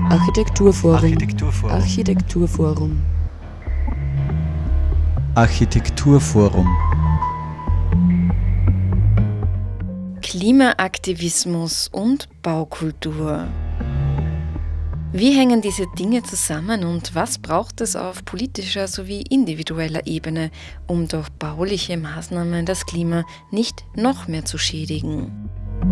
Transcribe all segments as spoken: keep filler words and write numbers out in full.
Architekturforum. Architekturforum. Architekturforum. Architekturforum. Klimaaktivismus und Baukultur. Wie hängen diese Dinge zusammen und was braucht es auf politischer sowie individueller Ebene, um durch bauliche Maßnahmen das Klima nicht noch mehr zu schädigen?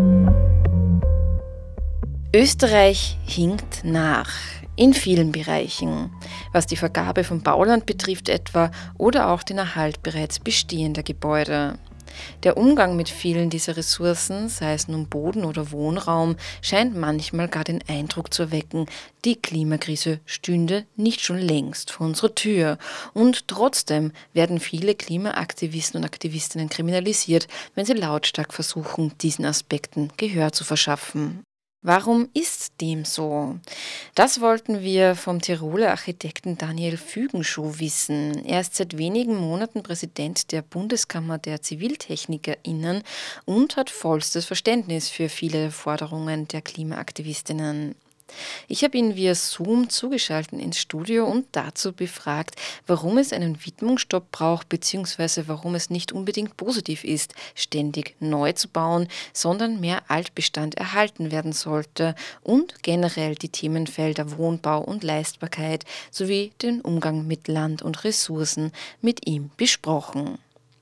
Österreich hinkt nach. In vielen Bereichen, was die Vergabe von Bauland betrifft etwa oder auch den Erhalt bereits bestehender Gebäude. Der Umgang mit vielen dieser Ressourcen, sei es nun Boden oder Wohnraum, scheint manchmal gar den Eindruck zu erwecken, die Klimakrise stünde nicht schon längst vor unserer Tür. Und trotzdem werden viele Klimaaktivisten und Aktivistinnen kriminalisiert, wenn sie lautstark versuchen, diesen Aspekten Gehör zu verschaffen. Warum ist dem so? Das wollten wir vom Tiroler Architekten Daniel Fügenschuh wissen. Er ist seit wenigen Monaten Präsident der Bundeskammer der ZiviltechnikerInnen und hat vollstes Verständnis für viele Forderungen der Klimaaktivistinnen. Ich habe ihn via Zoom zugeschaltet ins Studio und dazu befragt, warum es einen Widmungsstopp braucht, beziehungsweise warum es nicht unbedingt positiv ist, ständig neu zu bauen, sondern mehr Altbestand erhalten werden sollte und generell die Themenfelder Wohnbau und Leistbarkeit sowie den Umgang mit Land und Ressourcen mit ihm besprochen.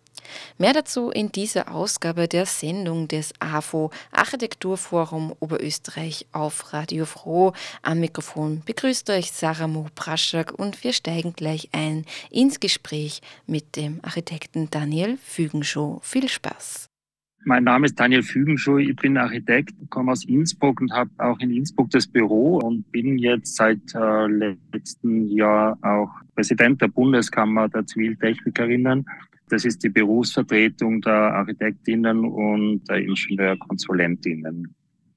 Mehr dazu in dieser Ausgabe der Sendung des A F O Architekturforum Oberösterreich auf Radio Froh. Am Mikrofon begrüßt euch Sarah Moh-Praschak und wir steigen gleich ein ins Gespräch mit dem Architekten Daniel Fügenschuh. Viel Spaß! Mein Name ist Daniel Fügenschuh, ich bin Architekt, komme aus Innsbruck und habe auch in Innsbruck das Büro und bin jetzt seit äh, letztem Jahr auch Präsident der Bundeskammer der Ziviltechnikerinnen. Das ist die Berufsvertretung der Architektinnen und der Ingenieurkonsulentinnen.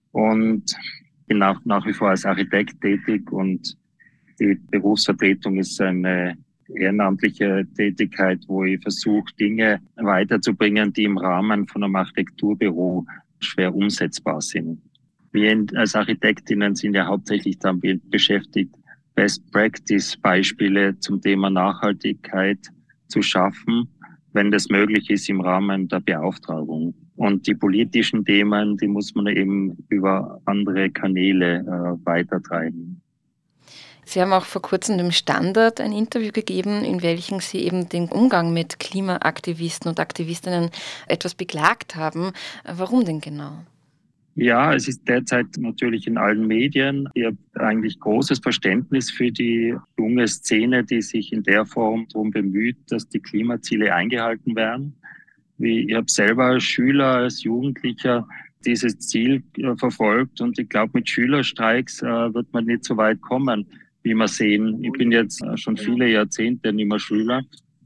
Und bin auch nach wie vor als Architekt tätig und die Berufsvertretung ist eine ehrenamtliche Tätigkeit, wo ich versuche, Dinge weiterzubringen, die im Rahmen von einem Architekturbüro schwer umsetzbar sind. Wir als Architektinnen sind ja hauptsächlich damit beschäftigt, Best-Practice-Beispiele zum Thema Nachhaltigkeit zu schaffen, wenn das möglich ist im Rahmen der Beauftragung. Und die politischen Themen, die muss man eben über andere Kanäle äh, weitertreiben. Sie haben auch vor kurzem dem Standard ein Interview gegeben, in welchem Sie eben den Umgang mit Klimaaktivisten und Aktivistinnen etwas beklagt haben. Warum denn genau? Ja, es ist derzeit natürlich in allen Medien. Ich habe eigentlich großes Verständnis für die junge Szene, die sich in der Form darum bemüht, dass die Klimaziele eingehalten werden. Ich habe selber als Schüler, als Jugendlicher dieses Ziel verfolgt und ich glaube, mit Schülerstreiks wird man nicht so weit kommen, wie wir sehen. Ich bin jetzt schon viele Jahrzehnte nicht mehr Schüler.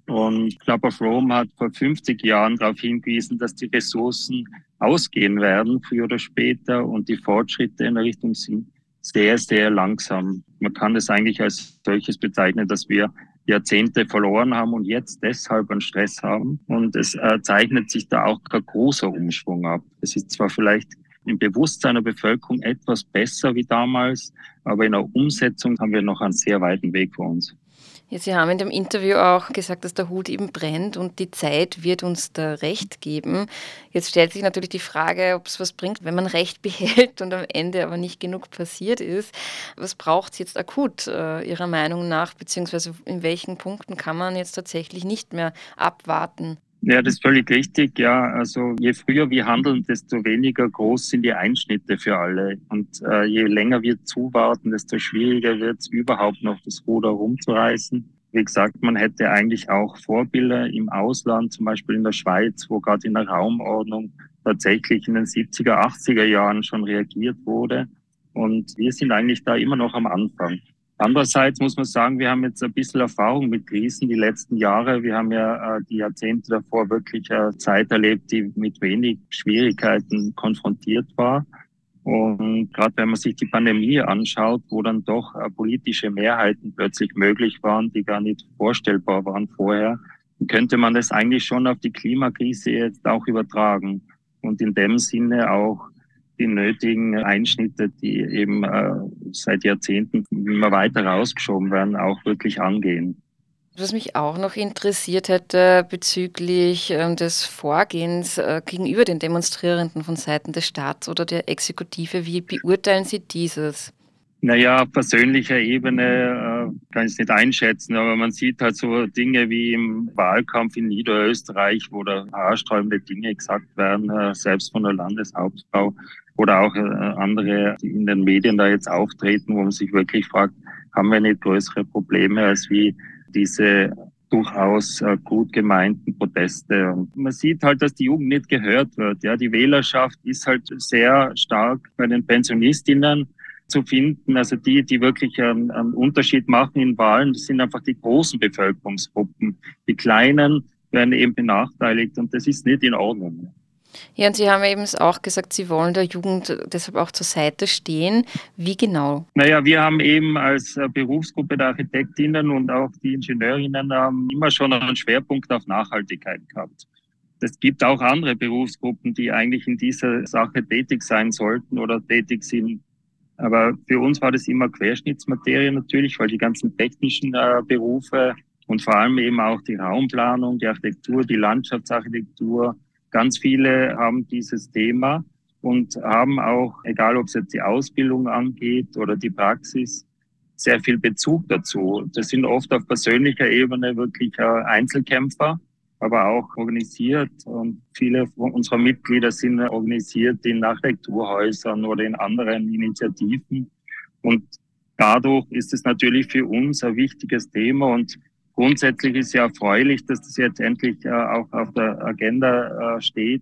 Und Club of Rome hat vor fünfzig Jahren darauf hingewiesen, dass die Ressourcen ausgehen werden, früher oder später. Und die Fortschritte in der Richtung sind sehr, sehr langsam. Man kann es eigentlich als solches bezeichnen, dass wir Jahrzehnte verloren haben und jetzt deshalb einen Stress haben. Und es äh, zeichnet sich da auch kein großer Umschwung ab. Es ist zwar vielleicht im Bewusstsein der Bevölkerung etwas besser wie damals, aber in der Umsetzung haben wir noch einen sehr weiten Weg vor uns. Ja, Sie haben in dem Interview auch gesagt, dass der Hut eben brennt und die Zeit wird uns da Recht geben. Jetzt stellt sich natürlich die Frage, ob es was bringt, wenn man Recht behält und am Ende aber nicht genug passiert ist. Was braucht es jetzt akut äh, Ihrer Meinung nach, beziehungsweise in welchen Punkten kann man jetzt tatsächlich nicht mehr abwarten? Ja, das ist völlig richtig. Ja, also je früher wir handeln, desto weniger groß sind die Einschnitte für alle. Und äh, je länger wir zuwarten, desto schwieriger wird es überhaupt noch, das Ruder rumzureißen. Wie gesagt, man hätte eigentlich auch Vorbilder im Ausland, zum Beispiel in der Schweiz, wo gerade in der Raumordnung tatsächlich in den siebziger, achtziger Jahren schon reagiert wurde. Und wir sind eigentlich da immer noch am Anfang. Andererseits muss man sagen, wir haben jetzt ein bisschen Erfahrung mit Krisen die letzten Jahre. Wir haben ja äh, die Jahrzehnte davor wirklich eine Zeit erlebt, die mit wenig Schwierigkeiten konfrontiert war. Und gerade wenn man sich die Pandemie anschaut, wo dann doch äh, politische Mehrheiten plötzlich möglich waren, die gar nicht vorstellbar waren vorher, könnte man das eigentlich schon auf die Klimakrise jetzt auch übertragen und in dem Sinne auch die nötigen Einschnitte, die eben äh, seit Jahrzehnten immer weiter rausgeschoben werden, auch wirklich angehen. Was mich auch noch interessiert hätte bezüglich ähm, des Vorgehens äh, gegenüber den Demonstrierenden von Seiten des Staats oder der Exekutive, wie beurteilen Sie dieses? Naja, auf persönlicher Ebene äh, kann ich es nicht einschätzen, aber man sieht halt so Dinge wie im Wahlkampf in Niederösterreich, wo da haarsträubende Dinge gesagt werden, äh, selbst von der Landeshauptfrau oder auch äh, andere, die in den Medien da jetzt auftreten, wo man sich wirklich fragt, haben wir nicht größere Probleme als wie diese durchaus äh, gut gemeinten Proteste. Und man sieht halt, dass die Jugend nicht gehört wird. Ja, die Wählerschaft ist halt sehr stark bei den Pensionistinnen zu finden. Also die, die wirklich einen, einen Unterschied machen in Wahlen, das sind einfach die großen Bevölkerungsgruppen. Die kleinen werden eben benachteiligt und das ist nicht in Ordnung. Ja, und Sie haben eben auch gesagt, Sie wollen der Jugend deshalb auch zur Seite stehen. Wie genau? Naja, wir haben eben als Berufsgruppe der Architektinnen und auch die Ingenieurinnen haben immer schon einen Schwerpunkt auf Nachhaltigkeit gehabt. Es gibt auch andere Berufsgruppen, die eigentlich in dieser Sache tätig sein sollten oder tätig sind. Aber für uns war das immer Querschnittsmaterie natürlich, weil die ganzen technischen äh, Berufe und vor allem eben auch die Raumplanung, die Architektur, die Landschaftsarchitektur, ganz viele haben dieses Thema und haben auch, egal ob es jetzt die Ausbildung angeht oder die Praxis, sehr viel Bezug dazu. Das sind oft auf persönlicher Ebene wirklich äh, Einzelkämpfer, aber auch organisiert. Und viele unserer Mitglieder sind organisiert in Architekturhäusern oder in anderen Initiativen. Und dadurch ist es natürlich für uns ein wichtiges Thema. Und grundsätzlich ist ja erfreulich, dass das jetzt endlich äh, auch auf der Agenda äh, steht.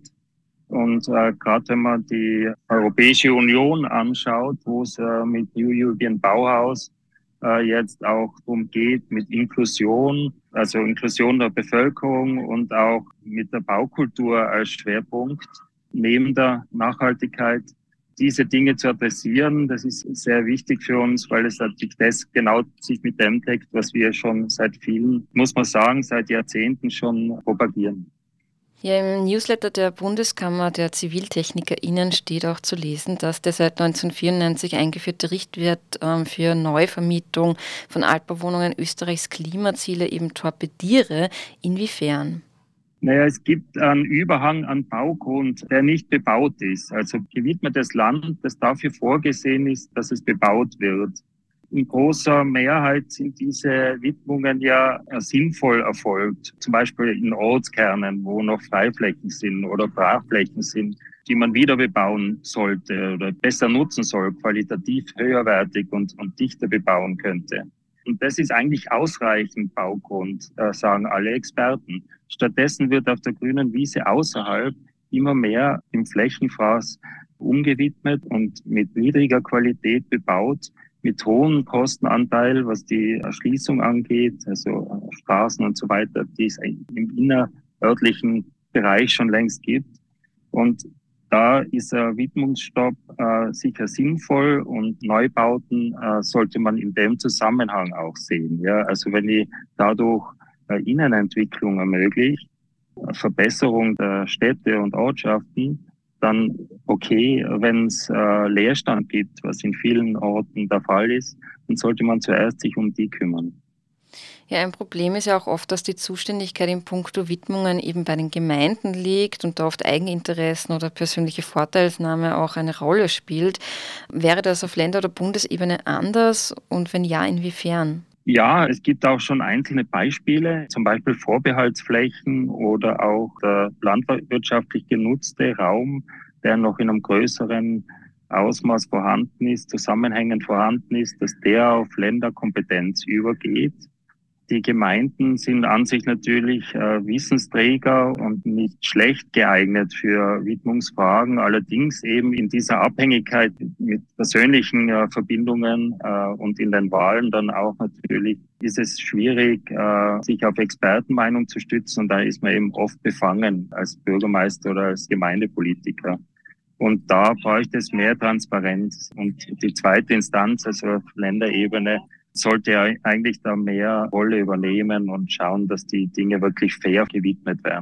Und äh, gerade wenn man die Europäische Union anschaut, wo es äh, mit New European Bauhaus äh, jetzt auch darum geht, mit Inklusion, also Inklusion der Bevölkerung und auch mit der Baukultur als Schwerpunkt, neben der Nachhaltigkeit diese Dinge zu adressieren. Das ist sehr wichtig für uns, weil es natürlich das genau sich mit dem deckt, was wir schon seit vielen, muss man sagen, seit Jahrzehnten schon propagieren. Ja, im Newsletter der Bundeskammer der ZiviltechnikerInnen steht auch zu lesen, dass der seit neunzehnhundertvierundneunzig eingeführte Richtwert ähm, für Neuvermietung von Altbauwohnungen Österreichs Klimaziele eben torpediere. Inwiefern? Naja, es gibt einen Überhang an Baugrund, der nicht bebaut ist. Also gewidmetes Land, das dafür vorgesehen ist, dass es bebaut wird. In großer Mehrheit sind diese Widmungen ja sinnvoll erfolgt. Zum Beispiel in Ortskernen, wo noch Freiflächen sind oder Brachflächen sind, die man wieder bebauen sollte oder besser nutzen soll, qualitativ höherwertig und, und dichter bebauen könnte. Und das ist eigentlich ausreichend Baugrund, sagen alle Experten. Stattdessen wird auf der grünen Wiese außerhalb immer mehr im Flächenfraß umgewidmet und mit niedriger Qualität bebaut, mit hohem Kostenanteil, was die Erschließung angeht, also Straßen und so weiter, die es im innerörtlichen Bereich schon längst gibt. Und da ist ein Widmungsstopp äh, sicher sinnvoll und Neubauten äh, sollte man in dem Zusammenhang auch sehen. Ja? Also wenn ich dadurch äh, Innenentwicklung ermöglicht, äh, Verbesserung der Städte und Ortschaften, dann okay, wenn es äh, Leerstand gibt, was in vielen Orten der Fall ist, dann sollte man zuerst sich um die kümmern. Ja, ein Problem ist ja auch oft, dass die Zuständigkeit in puncto Widmungen eben bei den Gemeinden liegt und da oft Eigeninteressen oder persönliche Vorteilsnahme auch eine Rolle spielt. Wäre das auf Länder- oder Bundesebene anders und wenn ja, inwiefern? Ja, es gibt auch schon einzelne Beispiele, zum Beispiel Vorbehaltsflächen oder auch der landwirtschaftlich genutzte Raum, der noch in einem größeren Ausmaß vorhanden ist, zusammenhängend vorhanden ist, dass der auf Länderkompetenz übergeht. Die Gemeinden sind an sich natürlich äh, Wissensträger und nicht schlecht geeignet für Widmungsfragen. Allerdings eben in dieser Abhängigkeit mit persönlichen äh, Verbindungen äh, und in den Wahlen dann auch natürlich ist es schwierig, äh, sich auf Expertenmeinung zu stützen. Und da ist man eben oft befangen als Bürgermeister oder als Gemeindepolitiker. Und da bräuchte es mehr Transparenz. Und die zweite Instanz, also auf Länderebene, sollte ja eigentlich da mehr Rolle übernehmen und schauen, dass die Dinge wirklich fair gewidmet werden.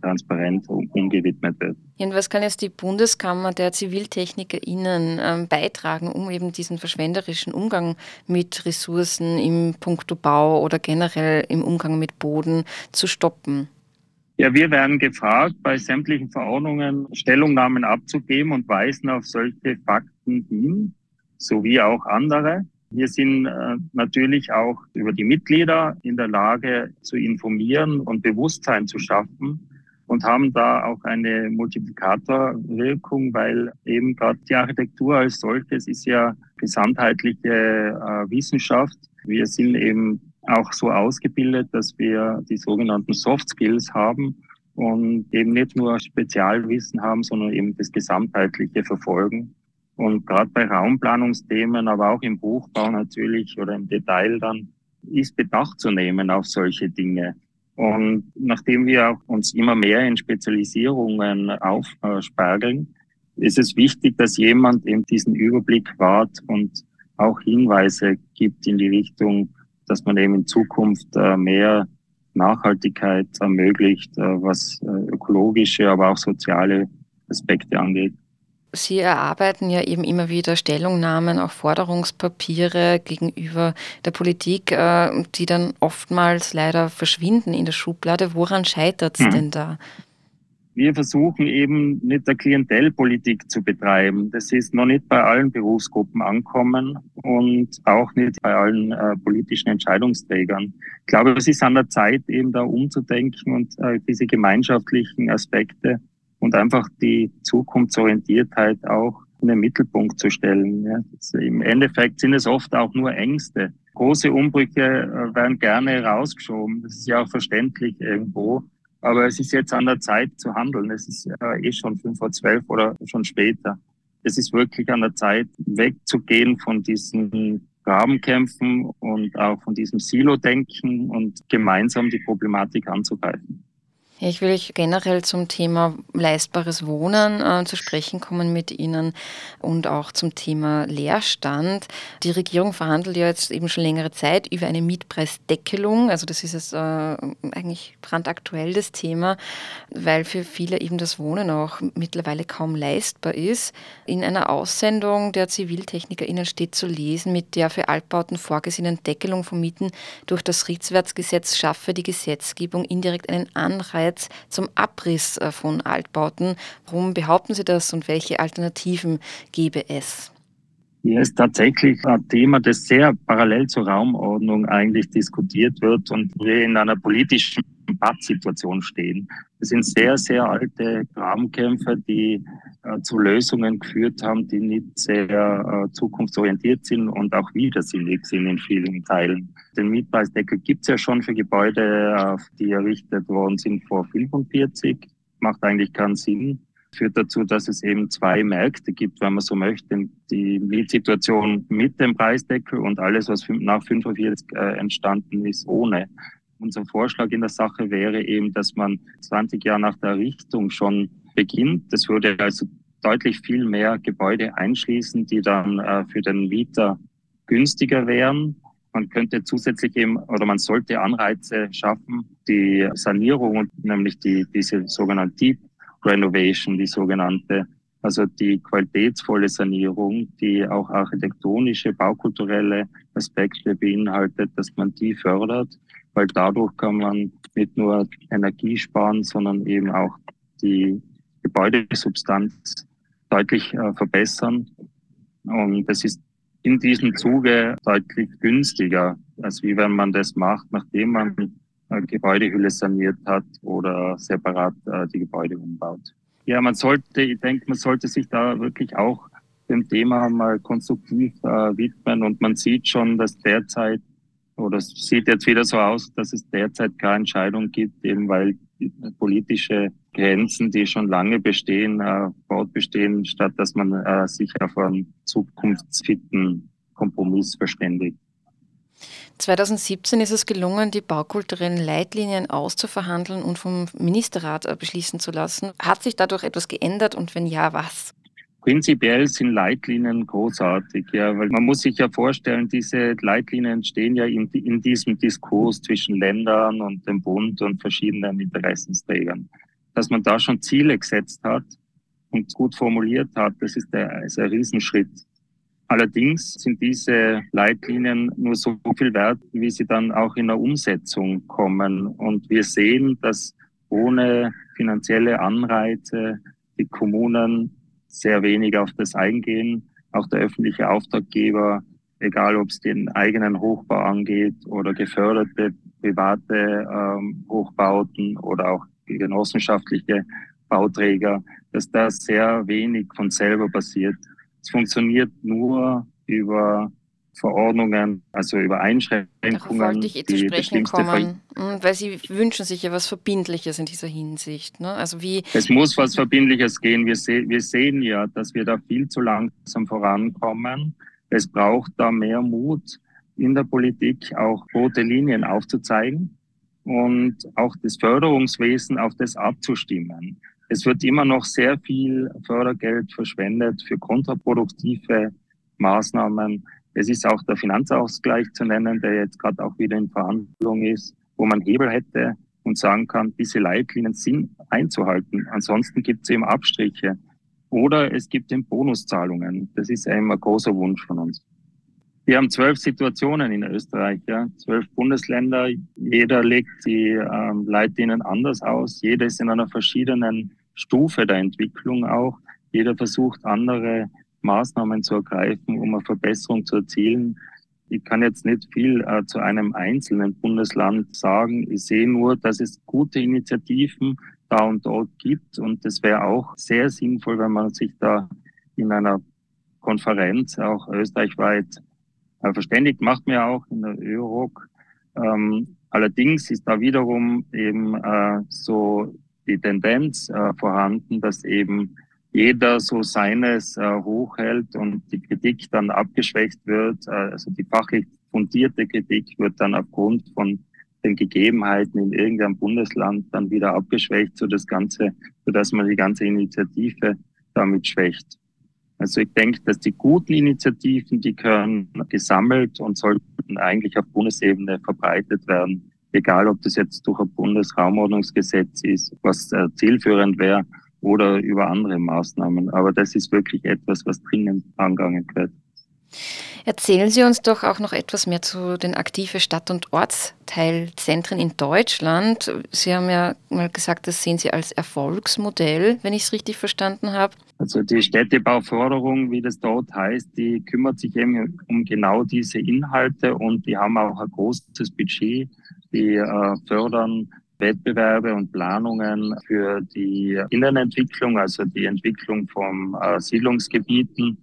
transparent umgewidmet wird. Und was kann jetzt die Bundeskammer der ZiviltechnikerInnen ähm, beitragen, um eben diesen verschwenderischen Umgang mit Ressourcen im Punkto Bau oder generell im Umgang mit Boden zu stoppen? Ja, wir werden gefragt, bei sämtlichen Verordnungen Stellungnahmen abzugeben und weisen auf solche Fakten hin, sowie auch andere. Wir sind äh, natürlich auch über die Mitglieder in der Lage zu informieren und Bewusstsein zu schaffen und haben da auch eine Multiplikatorwirkung, weil eben gerade die Architektur als solches ist ja gesamtheitliche äh, Wissenschaft. Wir sind eben auch so ausgebildet, dass wir die sogenannten Soft Skills haben und eben nicht nur Spezialwissen haben, sondern eben das gesamtheitliche verfolgen. Und gerade bei Raumplanungsthemen, aber auch im Hochbau natürlich oder im Detail dann, ist Bedacht zu nehmen auf solche Dinge. Und nachdem wir uns immer mehr in Spezialisierungen aufspergeln, ist es wichtig, dass jemand eben diesen Überblick wahrt und auch Hinweise gibt in die Richtung, dass man eben in Zukunft mehr Nachhaltigkeit ermöglicht, was ökologische, aber auch soziale Aspekte angeht. Sie erarbeiten ja eben immer wieder Stellungnahmen, auch Forderungspapiere gegenüber der Politik, die dann oftmals leider verschwinden in der Schublade. Woran scheitert es hm. denn da? Wir versuchen eben nicht eine Klientelpolitik zu betreiben. Das ist noch nicht bei allen Berufsgruppen ankommen und auch nicht bei allen äh, politischen Entscheidungsträgern. Ich glaube, es ist an der Zeit, eben da umzudenken und äh, diese gemeinschaftlichen Aspekte und einfach die Zukunftsorientiertheit auch in den Mittelpunkt zu stellen. Ja. Das, im Endeffekt sind es oft auch nur Ängste. Große Umbrüche äh, werden gerne rausgeschoben. Das ist ja auch verständlich irgendwo. Aber es ist jetzt an der Zeit zu handeln. Es ist äh, eh schon fünf vor zwölf oder schon später. Es ist wirklich an der Zeit, wegzugehen von diesen Grabenkämpfen und auch von diesem Silo-Denken und gemeinsam die Problematik anzugreifen. Ich will generell zum Thema leistbares Wohnen äh, zu sprechen kommen mit Ihnen und auch zum Thema Leerstand. Die Regierung verhandelt ja jetzt eben schon längere Zeit über eine Mietpreisdeckelung. Also das ist jetzt äh, eigentlich brandaktuell das Thema, weil für viele eben das Wohnen auch mittlerweile kaum leistbar ist. In einer Aussendung der ZiviltechnikerInnen steht zu lesen, mit der für Altbauten vorgesehenen Deckelung von Mieten durch das Richtwertgesetz schaffe die Gesetzgebung indirekt einen Anreiz zum Abriss von Altbauten. Warum behaupten Sie das und welche Alternativen gäbe es? Hier ist tatsächlich ein Thema, das sehr parallel zur Raumordnung eigentlich diskutiert wird und wir in einer politischen Pattsituation stehen. Es sind sehr, sehr alte Grabenkämpfe, die äh, zu Lösungen geführt haben, die nicht sehr äh, zukunftsorientiert sind und auch widersinnig sind in vielen Teilen. Den Mietpreisdeckel gibt es ja schon für Gebäude, die errichtet worden sind vor fünfundvierzig. Macht eigentlich keinen Sinn. Führt dazu, dass es eben zwei Märkte gibt, wenn man so möchte. Die Mietsituation mit dem Preisdeckel und alles, was nach fünfundvierzig äh, entstanden ist, ohne. Unser Vorschlag in der Sache wäre eben, dass man zwanzig Jahre nach der Errichtung schon beginnt. Das würde also deutlich viel mehr Gebäude einschließen, die dann äh, für den Mieter günstiger wären. Man könnte zusätzlich eben, oder man sollte Anreize schaffen, die Sanierung, nämlich die, diese sogenannte Deep Renovation, die sogenannte, also die qualitätsvolle Sanierung, die auch architektonische, baukulturelle Aspekte beinhaltet, dass man die fördert, weil dadurch kann man nicht nur Energie sparen, sondern eben auch die Gebäudesubstanz deutlich äh, verbessern. Und das ist in diesem Zuge deutlich günstiger, als wie wenn man das macht, nachdem man Gebäudehülle saniert hat oder separat äh, die Gebäude umbaut. Ja, man sollte, ich denke, man sollte sich da wirklich auch dem Thema mal konstruktiv äh, widmen und man sieht schon, dass derzeit, oder es sieht jetzt wieder so aus, dass es derzeit keine Entscheidung gibt, eben weil politische Grenzen, die schon lange bestehen, äh, fortbestehen, statt dass man äh, sich auf einen zukunftsfitten Kompromiss verständigt. zweitausendsiebzehn ist es gelungen, die baukulturellen Leitlinien auszuverhandeln und vom Ministerrat beschließen zu lassen. Hat sich dadurch etwas geändert und wenn ja, was? Prinzipiell sind Leitlinien großartig, ja, weil man muss sich ja vorstellen, diese Leitlinien stehen ja in, in diesem Diskurs zwischen Ländern und dem Bund und verschiedenen Interessensträgern. dass man da schon Ziele gesetzt hat und gut formuliert hat, das ist, der, ist ein Riesenschritt. Allerdings sind diese Leitlinien nur so viel wert, wie sie dann auch in der Umsetzung kommen. Und wir sehen, dass ohne finanzielle Anreize die Kommunen sehr wenig auf das eingehen. Auch der öffentliche Auftraggeber, egal ob es den eigenen Hochbau angeht oder geförderte private ähm, Hochbauten oder auch genossenschaftliche Bauträger, dass da sehr wenig von selber passiert. Es funktioniert nur über Verordnungen, also über Einschränkungen. Darauf wollte ich eh zu sprechen kommen, weil Sie wünschen sich ja was Verbindliches in dieser Hinsicht. Ne? Also wie es muss was Verbindliches gehen. Wir, se- wir sehen ja, dass wir da viel zu langsam vorankommen. Es braucht da mehr Mut in der Politik, auch rote Linien aufzuzeigen und auch das Förderungswesen auf das abzustimmen. Es wird immer noch sehr viel Fördergeld verschwendet für kontraproduktive Maßnahmen. Es ist auch der Finanzausgleich zu nennen, der jetzt gerade auch wieder in Verhandlung ist, wo man Hebel hätte und sagen kann, diese Leitlinien sind einzuhalten. Ansonsten gibt es eben Abstriche. Oder es gibt eben Bonuszahlungen. Das ist eben ein großer Wunsch von uns. Wir haben zwölf Situationen in Österreich, ja, zwölf Bundesländer. Jeder legt die ähm, Leitlinien anders aus. Jeder ist in einer verschiedenen Stufe der Entwicklung auch. Jeder versucht, andere Maßnahmen zu ergreifen, um eine Verbesserung zu erzielen. Ich kann jetzt nicht viel äh, zu einem einzelnen Bundesland sagen. Ich sehe nur, dass es gute Initiativen da und dort gibt. Und es wäre auch sehr sinnvoll, wenn man sich da in einer Konferenz auch österreichweit verständigt, macht man ja auch in der ÖROG. Ähm, allerdings ist da wiederum eben äh, so die Tendenz äh, vorhanden, dass eben jeder so seines äh, hochhält und die Kritik dann abgeschwächt wird. Äh, also die fachlich fundierte Kritik wird dann aufgrund von den Gegebenheiten in irgendeinem Bundesland dann wieder abgeschwächt, so das Ganze, so dass man die ganze Initiative damit schwächt. Also ich denke, dass die guten Initiativen, die gehören gesammelt und sollten eigentlich auf Bundesebene verbreitet werden. Egal, ob das jetzt durch ein Bundesraumordnungsgesetz ist, was äh, zielführend wäre, oder über andere Maßnahmen. Aber das ist wirklich etwas, was dringend angegangen wird. Erzählen Sie uns doch auch noch etwas mehr zu den aktiven Stadt- und Ortsteilzentren in Deutschland. Sie haben ja mal gesagt, das sehen Sie als Erfolgsmodell, wenn ich es richtig verstanden habe. Also die Städtebauförderung, wie das dort heißt, die kümmert sich eben um genau diese Inhalte und die haben auch ein großes Budget. Die äh, fördern Wettbewerbe und Planungen für die Innenentwicklung, also die Entwicklung von äh, Siedlungsgebieten.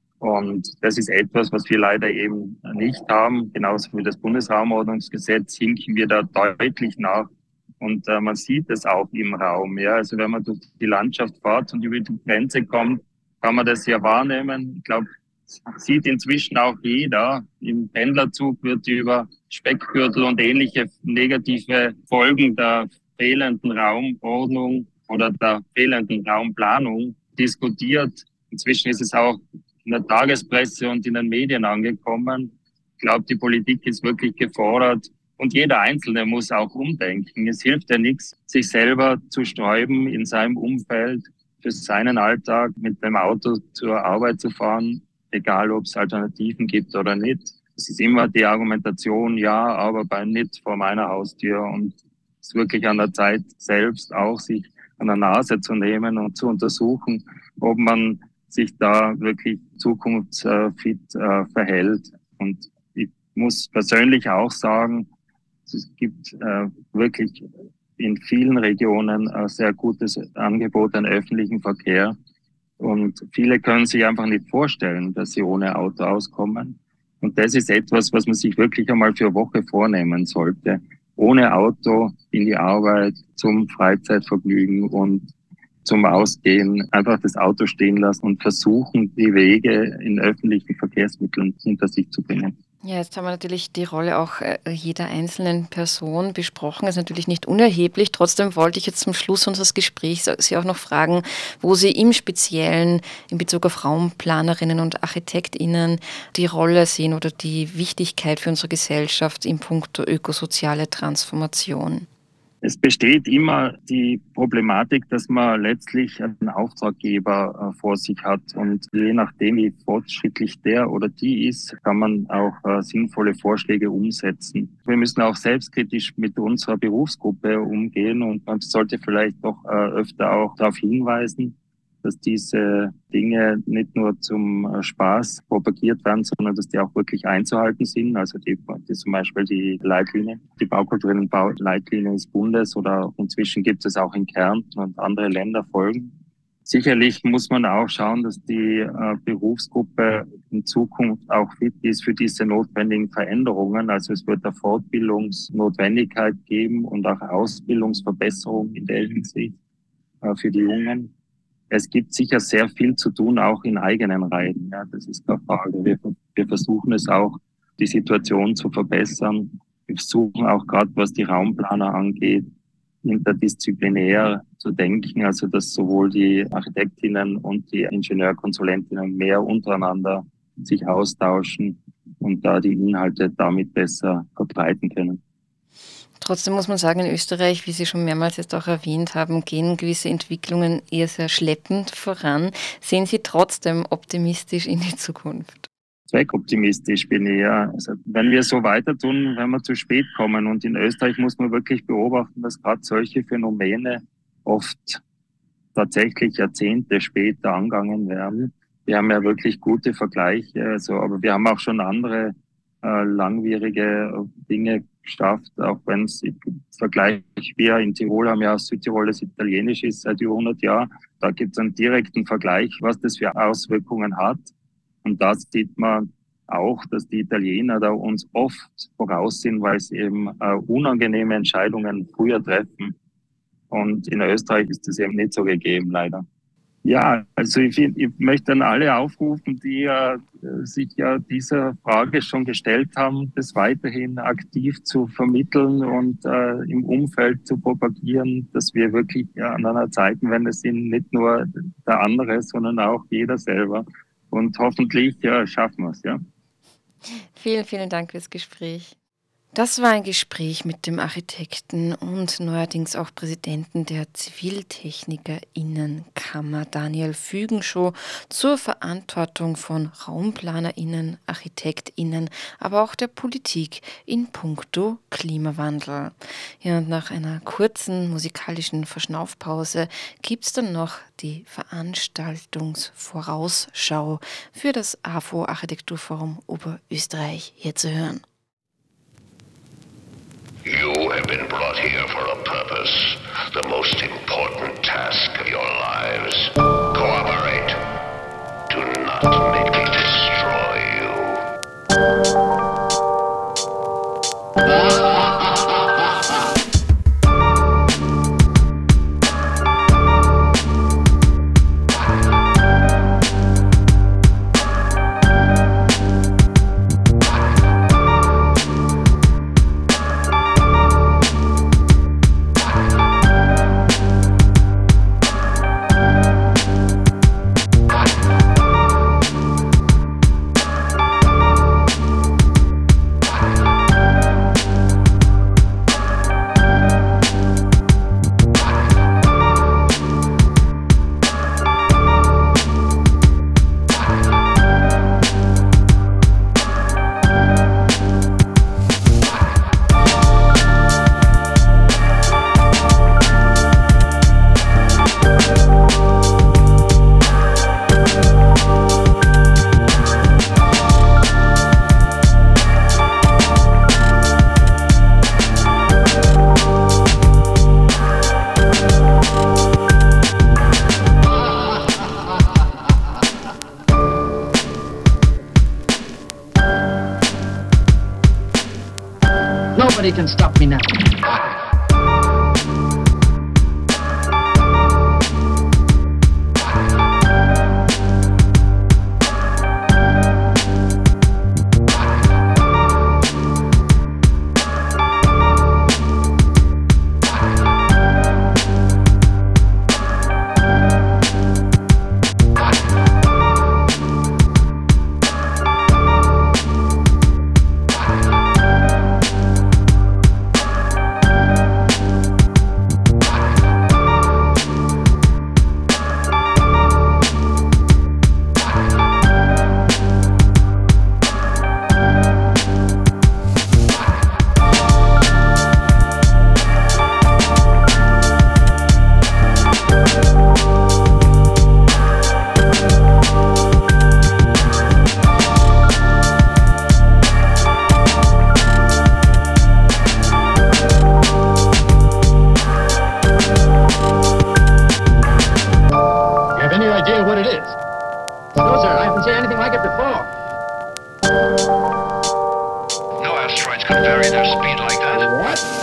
Und das ist etwas, was wir leider eben nicht haben. Genauso wie das Bundesraumordnungsgesetz hinken wir da deutlich nach. Und äh, man sieht es auch im Raum. Ja, also wenn man durch die Landschaft fährt und über die Grenze kommt, kann man das ja wahrnehmen. Ich glaube, sieht inzwischen auch jeder. Im Pendlerzug wird über Speckgürtel und ähnliche negative Folgen der fehlenden Raumordnung oder der fehlenden Raumplanung diskutiert. Inzwischen ist es auch in der Tagespresse und in den Medien angekommen. Ich glaube, die Politik ist wirklich gefordert und jeder Einzelne muss auch umdenken. Es hilft ja nichts, sich selber zu sträuben in seinem Umfeld, für seinen Alltag mit dem Auto zur Arbeit zu fahren, egal ob es Alternativen gibt oder nicht. Es ist immer die Argumentation, ja, aber bei nicht vor meiner Haustür. Und es ist wirklich an der Zeit, selbst auch sich an der Nase zu nehmen und zu untersuchen, ob man sich da wirklich zukunftsfit äh, verhält. Und ich muss persönlich auch sagen, es gibt äh, wirklich in vielen Regionen ein sehr gutes Angebot an öffentlichen Verkehr. Und viele können sich einfach nicht vorstellen, dass sie ohne Auto auskommen. Und das ist etwas, was man sich wirklich einmal für eine Woche vornehmen sollte. Ohne Auto in die Arbeit, zum Freizeitvergnügen und zum Ausgehen, einfach das Auto stehen lassen und versuchen, die Wege in öffentlichen Verkehrsmitteln hinter sich zu bringen. Ja, jetzt haben wir natürlich die Rolle auch jeder einzelnen Person besprochen. Das ist natürlich nicht unerheblich. Trotzdem wollte ich jetzt zum Schluss unseres Gesprächs Sie auch noch fragen, wo Sie im Speziellen in Bezug auf Raumplanerinnen und ArchitektInnen die Rolle sehen oder die Wichtigkeit für unsere Gesellschaft in puncto ökosoziale Transformation. Es besteht immer die Problematik, dass man letztlich einen Auftraggeber äh, vor sich hat und je nachdem, wie fortschrittlich der oder die ist, kann man auch äh, sinnvolle Vorschläge umsetzen. Wir müssen auch selbstkritisch mit unserer Berufsgruppe umgehen und man sollte vielleicht doch äh, öfter auch darauf hinweisen, dass diese Dinge nicht nur zum Spaß propagiert werden, sondern dass die auch wirklich einzuhalten sind. Also die, die zum Beispiel die Leitlinien, die baukulturellen Bauleitlinien des Bundes oder inzwischen gibt es auch in Kärnten und andere Länder folgen. Sicherlich muss man auch schauen, dass die äh, Berufsgruppe in Zukunft auch fit ist für diese notwendigen Veränderungen. Also es wird eine Fortbildungsnotwendigkeit geben und auch Ausbildungsverbesserung in der Hinsicht äh, für die Jungen. Es gibt sicher sehr viel zu tun, auch in eigenen Reihen. Ja, das ist keine Frage. Wir, wir versuchen es auch, die Situation zu verbessern. Wir versuchen auch gerade, was die Raumplaner angeht, interdisziplinär zu denken, also dass sowohl die Architektinnen und die Ingenieurkonsulentinnen mehr untereinander sich austauschen und da die Inhalte damit besser verbreiten können. Trotzdem muss man sagen, in Österreich, wie Sie schon mehrmals jetzt auch erwähnt haben, gehen gewisse Entwicklungen eher sehr schleppend voran. Sehen Sie trotzdem optimistisch in die Zukunft? Zweckoptimistisch bin ich, ja. Also, wenn wir so weiter tun, werden wir zu spät kommen. Und in Österreich muss man wirklich beobachten, dass gerade solche Phänomene oft tatsächlich Jahrzehnte später angegangen werden. Wir haben ja wirklich gute Vergleiche, also, aber wir haben auch schon andere äh, langwierige Dinge geschafft, auch wenn es Vergleich, wir in Tirol haben ja aus Südtirol das Italienisch ist seit über hundert Jahren. Da gibt es einen direkten Vergleich, was das für Auswirkungen hat. Und da sieht man auch, dass die Italiener da uns oft voraus sind, weil sie eben äh, unangenehme Entscheidungen früher treffen. Und in Österreich ist das eben nicht so gegeben, leider. Ja, also ich, ich möchte dann alle aufrufen, die äh, sich ja dieser Frage schon gestellt haben, das weiterhin aktiv zu vermitteln und äh, im Umfeld zu propagieren, dass wir wirklich ja, an einer Zeitenwende sind, nicht nur der andere, sondern auch jeder selber. Und hoffentlich ja, schaffen wir es, ja. Vielen, vielen Dank fürs Gespräch. Das war ein Gespräch mit dem Architekten und neuerdings auch Präsidenten der ZiviltechnikerInnenkammer Daniel Fügenschow zur Verantwortung von RaumplanerInnen, ArchitektInnen, aber auch der Politik in puncto Klimawandel. Ja, und nach einer kurzen musikalischen Verschnaufpause gibt es dann noch die Veranstaltungsvorausschau für das A F O Architekturforum Oberösterreich hier zu hören. You have been brought here for a purpose, the most important task of your lives. Cooperate. Do not make me destroy you. Nobody can stop me now. know what it is. No, sir, I haven't seen anything like it before. No asteroids could vary their speed like that. What?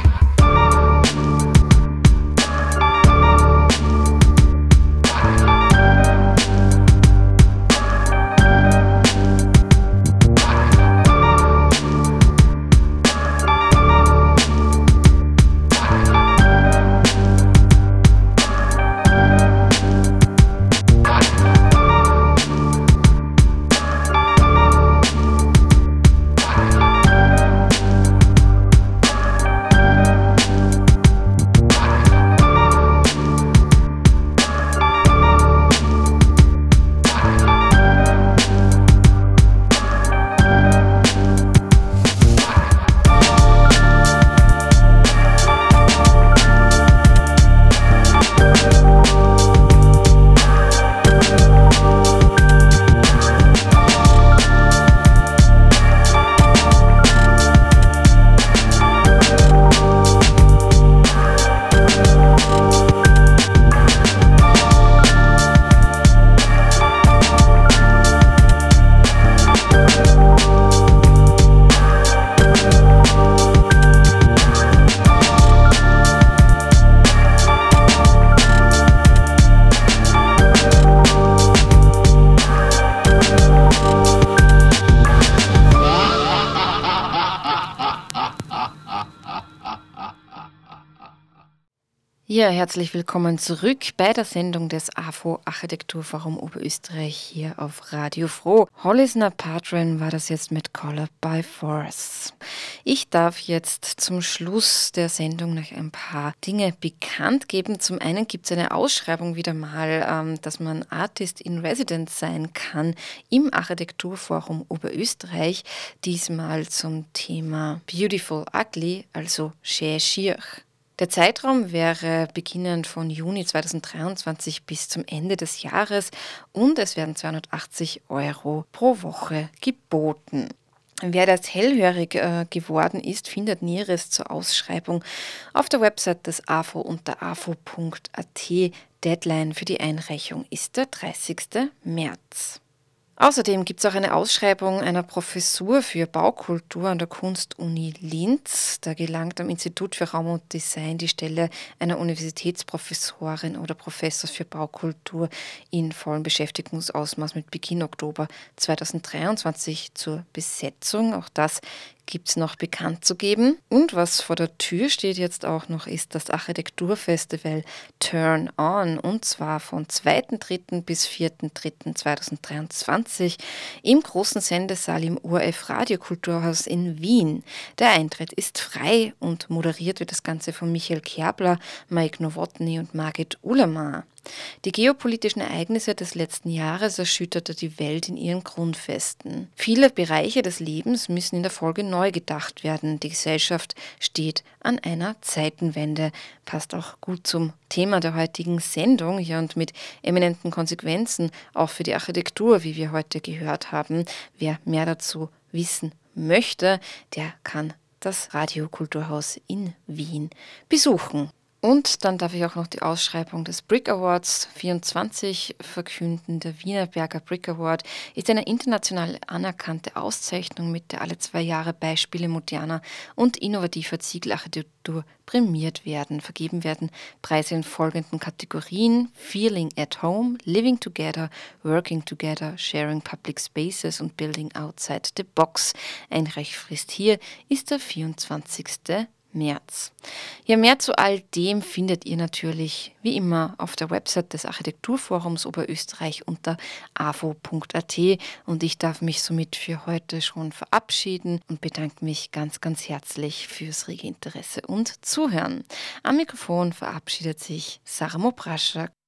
Ja, herzlich willkommen zurück bei der Sendung des A F O Architekturforum Oberösterreich hier auf Radio Froh. Hollisner Patron war das jetzt mit Color by Force. Ich darf jetzt zum Schluss der Sendung noch ein paar Dinge bekannt geben. Zum einen gibt es eine Ausschreibung wieder mal, ähm, dass man Artist in Residence sein kann im Architekturforum Oberösterreich. Diesmal zum Thema Beautiful Ugly, also sehr schier. Der Zeitraum wäre beginnend von Juni zweitausenddreiundzwanzig bis zum Ende des Jahres und es werden zweihundertachtzig Euro pro Woche geboten. Wer das hellhörig äh, geworden ist, findet Näheres zur Ausschreibung auf der Website des A F O unter a f o punkt a t. Deadline für die Einreichung ist der dreißigster März. Außerdem gibt es auch eine Ausschreibung einer Professur für Baukultur an der Kunstuni Linz. Da gelangt am Institut für Raum und Design die Stelle einer Universitätsprofessorin oder Professors für Baukultur in vollem Beschäftigungsausmaß mit Beginn Oktober zweitausenddreiundzwanzig zur Besetzung. Auch das gibt es noch bekannt zu geben. Und was vor der Tür steht jetzt auch noch, ist das Architekturfestival Turn On, und zwar von zweiten dritten bis vierten dritten zweitausenddreiundzwanzig im großen Sendesaal im O R F Radiokulturhaus in Wien. Der Eintritt ist frei und moderiert wird das Ganze von Michael Kerbler, Mike Nowotny und Margit Ulamar. Die geopolitischen Ereignisse des letzten Jahres erschütterten die Welt in ihren Grundfesten. Viele Bereiche des Lebens müssen in der Folge neu gedacht werden. Die Gesellschaft steht an einer Zeitenwende. Passt auch gut zum Thema der heutigen Sendung hier und mit eminenten Konsequenzen auch für die Architektur, wie wir heute gehört haben. Wer mehr dazu wissen möchte, der kann das Radiokulturhaus in Wien besuchen. Und dann darf ich auch noch die Ausschreibung des Brick Awards vierundzwanzig verkünden. Der Wienerberger Brick Award ist eine international anerkannte Auszeichnung, mit der alle zwei Jahre Beispiele moderner und innovativer Ziegelarchitektur prämiert werden. Vergeben werden Preise in folgenden Kategorien: Feeling at Home, Living Together, Working Together, Sharing Public Spaces und Building Outside the Box. Einreichfrist hier ist der vierundzwanzigster März. Ja, mehr zu all dem findet ihr natürlich wie immer auf der Website des Architekturforums Oberösterreich unter a f o punkt a t, und ich darf mich somit für heute schon verabschieden und bedanke mich ganz, ganz herzlich fürs rege Interesse und Zuhören. Am Mikrofon verabschiedet sich Sarah Mopraschak.